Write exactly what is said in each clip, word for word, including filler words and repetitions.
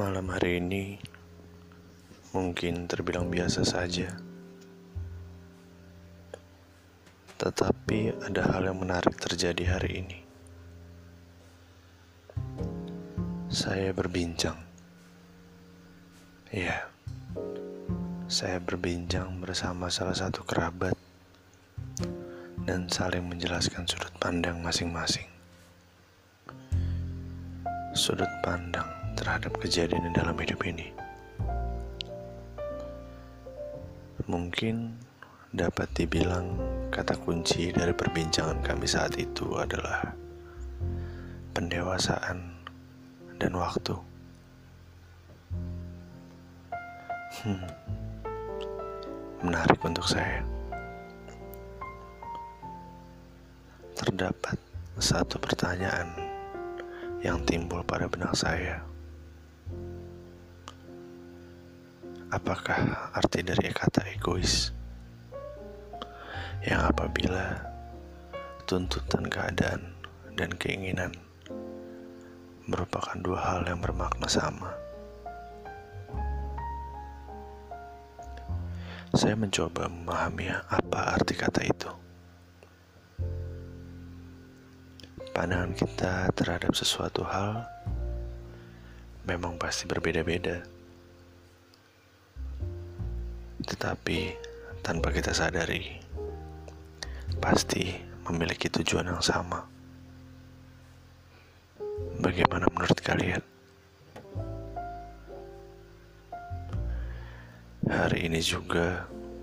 Malam hari ini mungkin terbilang biasa saja, tetapi ada hal yang menarik terjadi hari ini. Saya berbincang. Ya, saya berbincang bersama salah satu kerabat dan saling menjelaskan sudut pandang masing-masing. Sudut pandang terhadap kejadian di dalam hidup ini. Mungkin dapat dibilang kata kunci dari perbincangan kami saat itu adalah pendewasaan dan waktu. Hmm, menarik untuk saya. Terdapat satu pertanyaan yang timbul pada benak saya. Apakah arti dari kata egois? Yang apabila tuntutan keadaan dan keinginan merupakan dua hal yang bermakna sama. Saya mencoba memahami apa arti kata itu. Pandangan kita terhadap sesuatu hal memang pasti berbeda-beda. Tetapi tanpa kita sadari, pasti memiliki tujuan yang sama. Bagaimana menurut kalian? Hari ini juga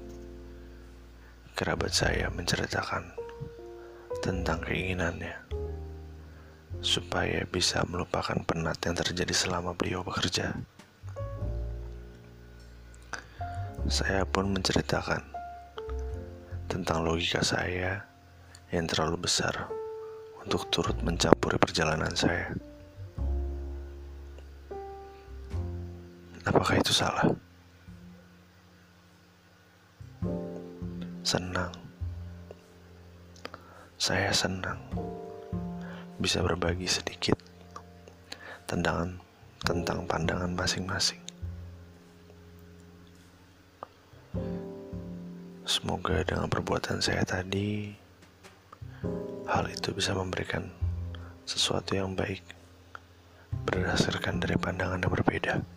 kerabat saya menceritakan tentang keinginannya supaya bisa melupakan penat yang terjadi selama beliau bekerja. Saya pun menceritakan tentang logika saya yang terlalu besar untuk turut mencampuri perjalanan saya. Apakah itu salah? Senang. Saya senang bisa berbagi sedikit tentang tentang pandangan masing-masing. Semoga dengan perbuatan saya tadi, hal itu bisa memberikan sesuatu yang baik berdasarkan dari pandangan yang berbeda.